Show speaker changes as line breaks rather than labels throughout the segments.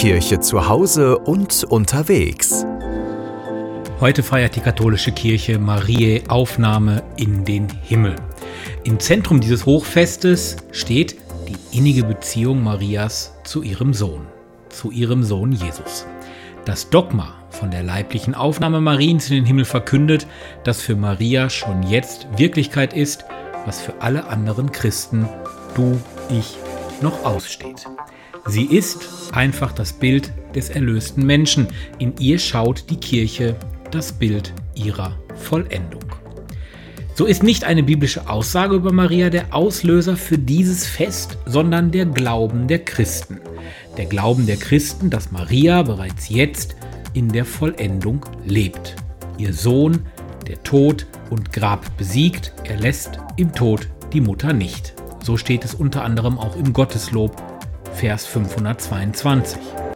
Kirche zu Hause und unterwegs.
Heute feiert die katholische Kirche Mariä Aufnahme in den Himmel. Im Zentrum dieses Hochfestes steht die innige Beziehung Marias zu ihrem Sohn Jesus. Das Dogma von der leiblichen Aufnahme Mariens in den Himmel verkündet, dass für Maria schon jetzt Wirklichkeit ist, was für alle anderen Christen, du, ich, noch aussteht. Sie ist einfach das Bild des erlösten Menschen. In ihr schaut die Kirche das Bild ihrer Vollendung. So ist nicht eine biblische Aussage über Maria der Auslöser für dieses Fest, sondern der Glauben der Christen. Der Glauben der Christen, dass Maria bereits jetzt in der Vollendung lebt. Ihr Sohn, der Tod und Grab besiegt, er lässt im Tod die Mutter nicht. So steht es unter anderem auch im Gotteslob, Vers 522.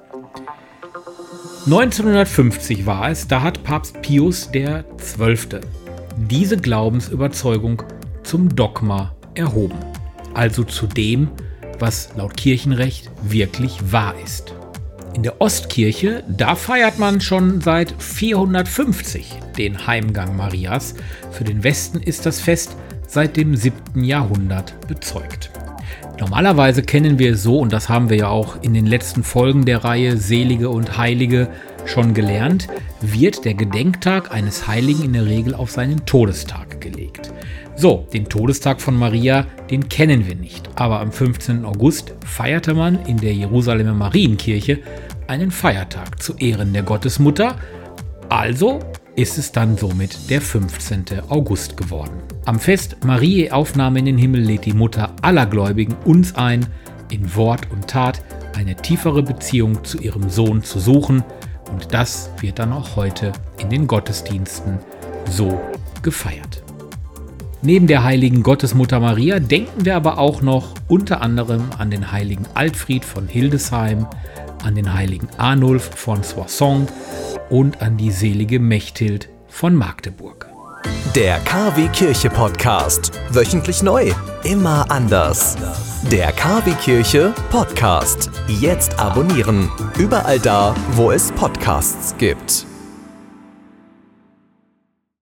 1950 war es, da hat Papst Pius XII. Diese Glaubensüberzeugung zum Dogma erhoben. Also zu dem, was laut Kirchenrecht wirklich wahr ist. In der Ostkirche, da feiert man schon seit 450 den Heimgang Marias. Für den Westen ist das Fest seit dem 7. Jahrhundert bezeugt. Normalerweise kennen wir es so, und das haben wir ja auch in den letzten Folgen der Reihe Selige und Heilige schon gelernt, wird der Gedenktag eines Heiligen in der Regel auf seinen Todestag gelegt. So, den Todestag von Maria, den kennen wir nicht, aber am 15. August feierte man in der Jerusalemer Marienkirche einen Feiertag zu Ehren der Gottesmutter, also ist es dann somit der 15. August geworden. Am Fest Mariä Aufnahme in den Himmel lädt die Mutter aller Gläubigen uns ein, in Wort und Tat eine tiefere Beziehung zu ihrem Sohn zu suchen, und das wird dann auch heute in den Gottesdiensten so gefeiert. Neben der heiligen Gottesmutter Maria denken wir aber auch noch unter anderem an den heiligen Altfried von Hildesheim, an den heiligen Arnulf von Soissons und an die selige Mechthild von Magdeburg.
Der KW Kirche Podcast. Wöchentlich neu. Immer anders. Der KW Kirche Podcast. Jetzt abonnieren. Überall da, wo es Podcasts gibt.